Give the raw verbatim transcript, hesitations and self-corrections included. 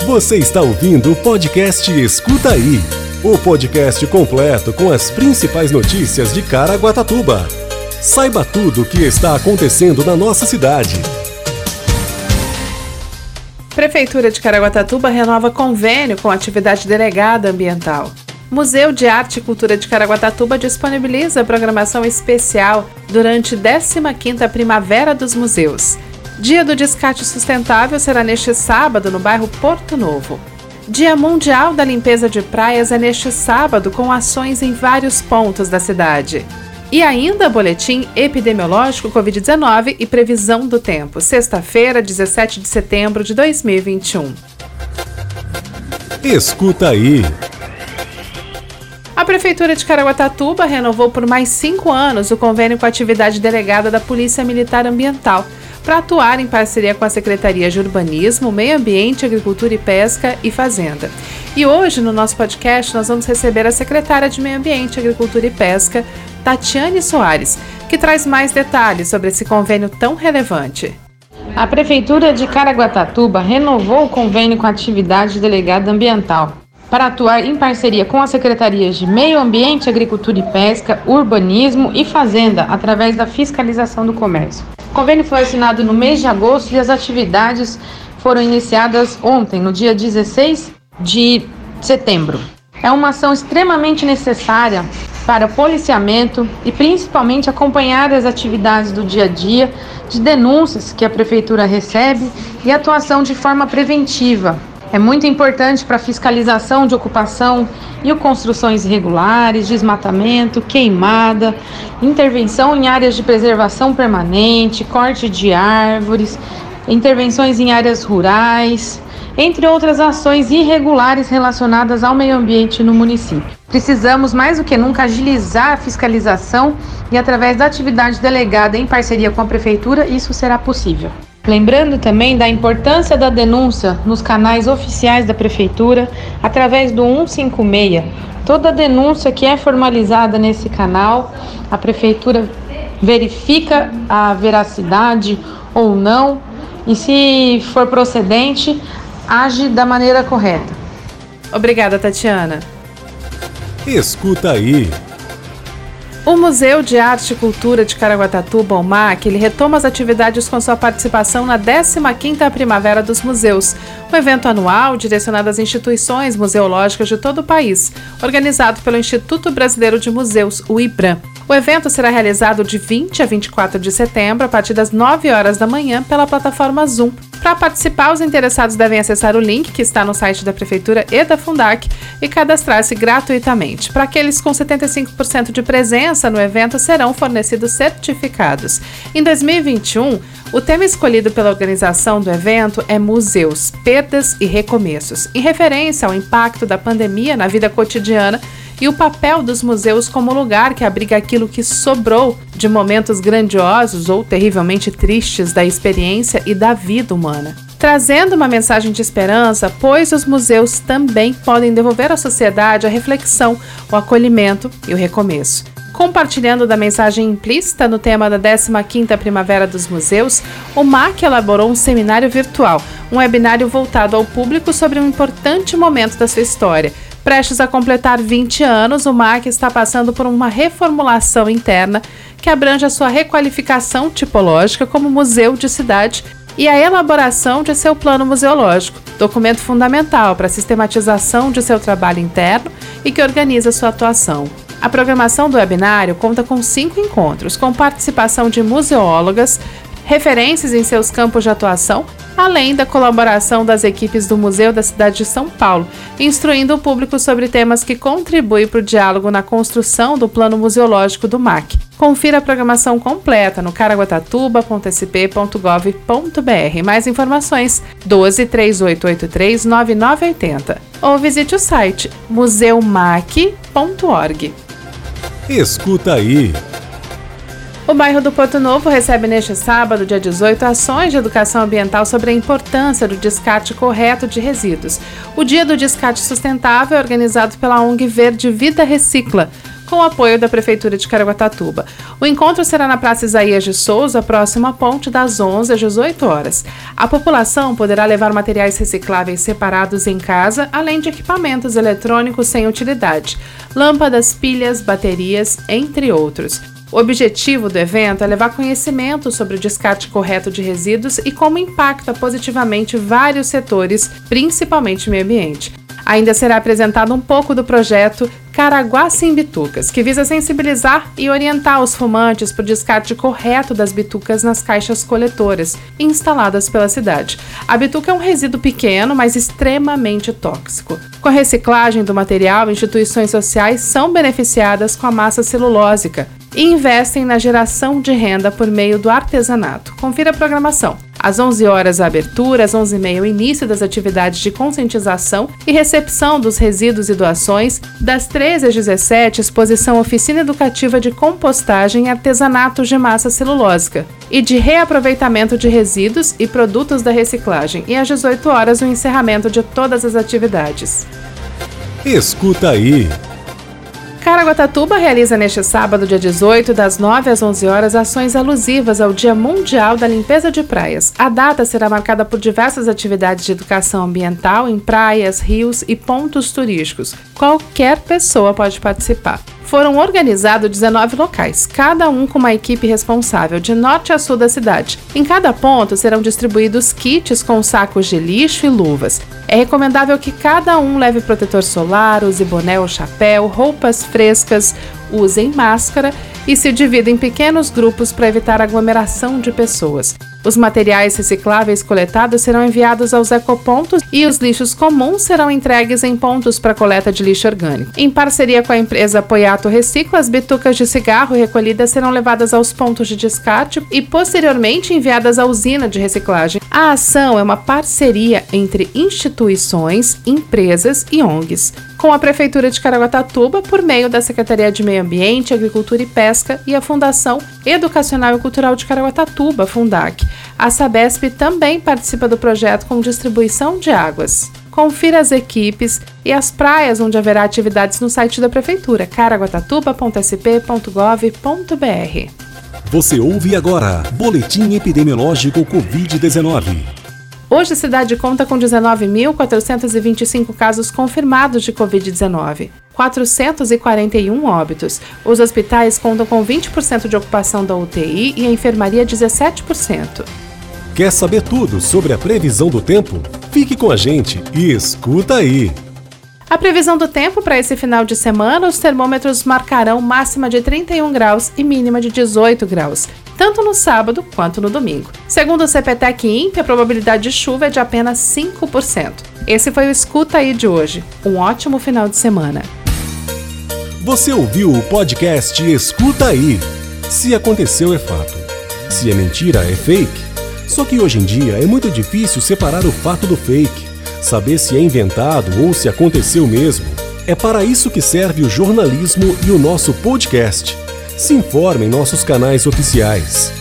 Você está ouvindo o podcast Escuta Aí, o podcast completo com as principais notícias de Caraguatatuba. Saiba tudo o que está acontecendo na nossa cidade. Prefeitura de Caraguatatuba renova convênio com a atividade delegada ambiental. Museu de Arte e Cultura de Caraguatatuba disponibiliza programação especial durante décima quinta Primavera dos Museus. Dia do Descarte Sustentável será neste sábado no bairro Porto Novo. Dia Mundial da Limpeza de Praias é neste sábado com ações em vários pontos da cidade. E ainda boletim epidemiológico covid dezenove e previsão do tempo, sexta-feira, dezessete de setembro de dois mil e vinte e um. Escuta Aí. A Prefeitura de Caraguatatuba renovou por mais cinco anos o convênio com a atividade delegada da Polícia Militar Ambiental, para atuar em parceria com a Secretaria de Urbanismo, Meio Ambiente, Agricultura e Pesca e Fazenda. E hoje, no nosso podcast, nós vamos receber a secretária de Meio Ambiente, Agricultura e Pesca, Tatiane Soares, que traz mais detalhes sobre esse convênio tão relevante. A Prefeitura de Caraguatatuba renovou o convênio com a atividade delegada ambiental, para atuar em parceria com as secretarias de Meio Ambiente, Agricultura e Pesca, Urbanismo e Fazenda, através da fiscalização do comércio. O convênio foi assinado no mês de agosto e as atividades foram iniciadas ontem, no dia dezesseis de setembro. É uma ação extremamente necessária para policiamento e principalmente acompanhar as atividades do dia a dia, de denúncias que a Prefeitura recebe e atuação de forma preventiva. É muito importante para a fiscalização de ocupação e construções irregulares, desmatamento, queimada, intervenção em áreas de preservação permanente, corte de árvores, intervenções em áreas rurais, entre outras ações irregulares relacionadas ao meio ambiente no município. Precisamos mais do que nunca agilizar a fiscalização e através da atividade delegada em parceria com a Prefeitura, isso será possível. Lembrando também da importância da denúncia nos canais oficiais da Prefeitura, através do cento e cinquenta e seis. Toda denúncia que é formalizada nesse canal, a Prefeitura verifica a veracidade ou não e, se for procedente, age da maneira correta. Obrigada, Tatiana. Escuta Aí. O Museu de Arte e Cultura de Caraguatatuba, o M A C, ele retoma as atividades com sua participação na décima quinta Primavera dos Museus, um evento anual direcionado às instituições museológicas de todo o país, organizado pelo Instituto Brasileiro de Museus, o IBRAM. O evento será realizado de vinte a vinte e quatro de setembro, a partir das nove horas da manhã, pela plataforma Zoom. Para participar, os interessados devem acessar o link que está no site da Prefeitura e da Fundac e cadastrar-se gratuitamente. Para aqueles com setenta e cinco por cento de presença no evento, serão fornecidos certificados. Em dois mil e vinte e um, o tema escolhido pela organização do evento é Museus, Perdas e Recomeços, em referência ao impacto da pandemia na vida cotidiana e o papel dos museus como lugar que abriga aquilo que sobrou de momentos grandiosos ou terrivelmente tristes da experiência e da vida humana. Trazendo uma mensagem de esperança, pois os museus também podem devolver à sociedade a reflexão, o acolhimento e o recomeço. Compartilhando da mensagem implícita no tema da décima quinta Primavera dos Museus, o M A C elaborou um seminário virtual, um webinário voltado ao público sobre um importante momento da sua história. Prestes a completar vinte anos, o M A C está passando por uma reformulação interna que abrange a sua requalificação tipológica como museu de cidade e a elaboração de seu plano museológico, documento fundamental para a sistematização de seu trabalho interno e que organiza sua atuação. A programação do webinário conta com cinco encontros, com participação de museólogas, referências em seus campos de atuação, além da colaboração das equipes do Museu da Cidade de São Paulo, instruindo o público sobre temas que contribuem para o diálogo na construção do plano museológico do M A C. Confira a programação completa no caraguatatuba ponto s p ponto gov ponto b r. Mais informações doze, três oito oito três, nove nove oito zero ou visite o site museu mac ponto org. Escuta Aí. O bairro do Porto Novo recebe neste sábado, dia dezoito, ações de educação ambiental sobre a importância do descarte correto de resíduos. O Dia do Descarte Sustentável é organizado pela O N G Verde Vida Recicla, com o apoio da Prefeitura de Caraguatatuba. O encontro será na Praça Isaías de Souza, próximo à ponte, das onze às dezoito horas. A população poderá levar materiais recicláveis separados em casa, além de equipamentos eletrônicos sem utilidade, lâmpadas, pilhas, baterias, entre outros. O objetivo do evento é levar conhecimento sobre o descarte correto de resíduos e como impacta positivamente vários setores, principalmente o meio ambiente. Ainda será apresentado um pouco do projeto Caraguá Sem Bitucas, que visa sensibilizar e orientar os fumantes para o descarte correto das bitucas nas caixas coletoras instaladas pela cidade. A bituca é um resíduo pequeno, mas extremamente tóxico. Com a reciclagem do material, instituições sociais são beneficiadas com a massa celulósica e investem na geração de renda por meio do artesanato. Confira a programação. Às onze horas a abertura, às onze e meia o início das atividades de conscientização e recepção dos resíduos e doações, das treze às dezessete, exposição oficina educativa de compostagem e artesanato de massa celulósica e de reaproveitamento de resíduos e produtos da reciclagem, e às dezoito horas o encerramento de todas as atividades. Escuta aí! Caraguatatuba realiza neste sábado, dia dezoito, das nove às onze horas, ações alusivas ao Dia Mundial da Limpeza de Praias. A data será marcada por diversas atividades de educação ambiental em praias, rios e pontos turísticos. Qualquer pessoa pode participar. Foram organizados dezenove locais, cada um com uma equipe responsável, de norte a sul da cidade. Em cada ponto serão distribuídos kits com sacos de lixo e luvas. É recomendável que cada um leve protetor solar, use boné ou chapéu, roupas frescas, usem máscara e se divida em pequenos grupos para evitar aglomeração de pessoas. Os materiais recicláveis coletados serão enviados aos ecopontos e os lixos comuns serão entregues em pontos para coleta de lixo orgânico. Em parceria com a empresa Poiato Recicla, as bitucas de cigarro recolhidas serão levadas aos pontos de descarte e posteriormente enviadas à usina de reciclagem. A ação é uma parceria entre instituições, empresas e O N Gs, com a Prefeitura de Caraguatatuba por meio da Secretaria de Meio Ambiente, Agricultura e Pesca e a Fundação Educacional e Cultural de Caraguatatuba, Fundac. A Sabesp também participa do projeto com distribuição de águas. Confira as equipes e as praias onde haverá atividades no site da Prefeitura, caraguatatuba ponto s p ponto gov ponto b r. Você ouve agora Boletim Epidemiológico covid dezenove. Hoje a cidade conta com dezenove mil quatrocentos e vinte e cinco casos confirmados de covid dezenove, quatrocentos e quarenta e um óbitos. Os hospitais contam com vinte por cento de ocupação da U T I e a enfermaria dezessete por cento. Quer saber tudo sobre a previsão do tempo? Fique com a gente e escuta aí! A previsão do tempo para esse final de semana, os termômetros marcarão máxima de trinta e um graus e mínima de dezoito graus, tanto no sábado quanto no domingo. Segundo o CPTEC INPE, a probabilidade de chuva é de apenas cinco por cento. Esse foi o Escuta Aí de hoje. Um ótimo final de semana. Você ouviu o podcast Escuta Aí. Se aconteceu é fato. Se é mentira é fake. Só que hoje em dia é muito difícil separar o fato do fake. Saber se é inventado ou se aconteceu mesmo. É para isso que serve o jornalismo e o nosso podcast. Se informe em nossos canais oficiais.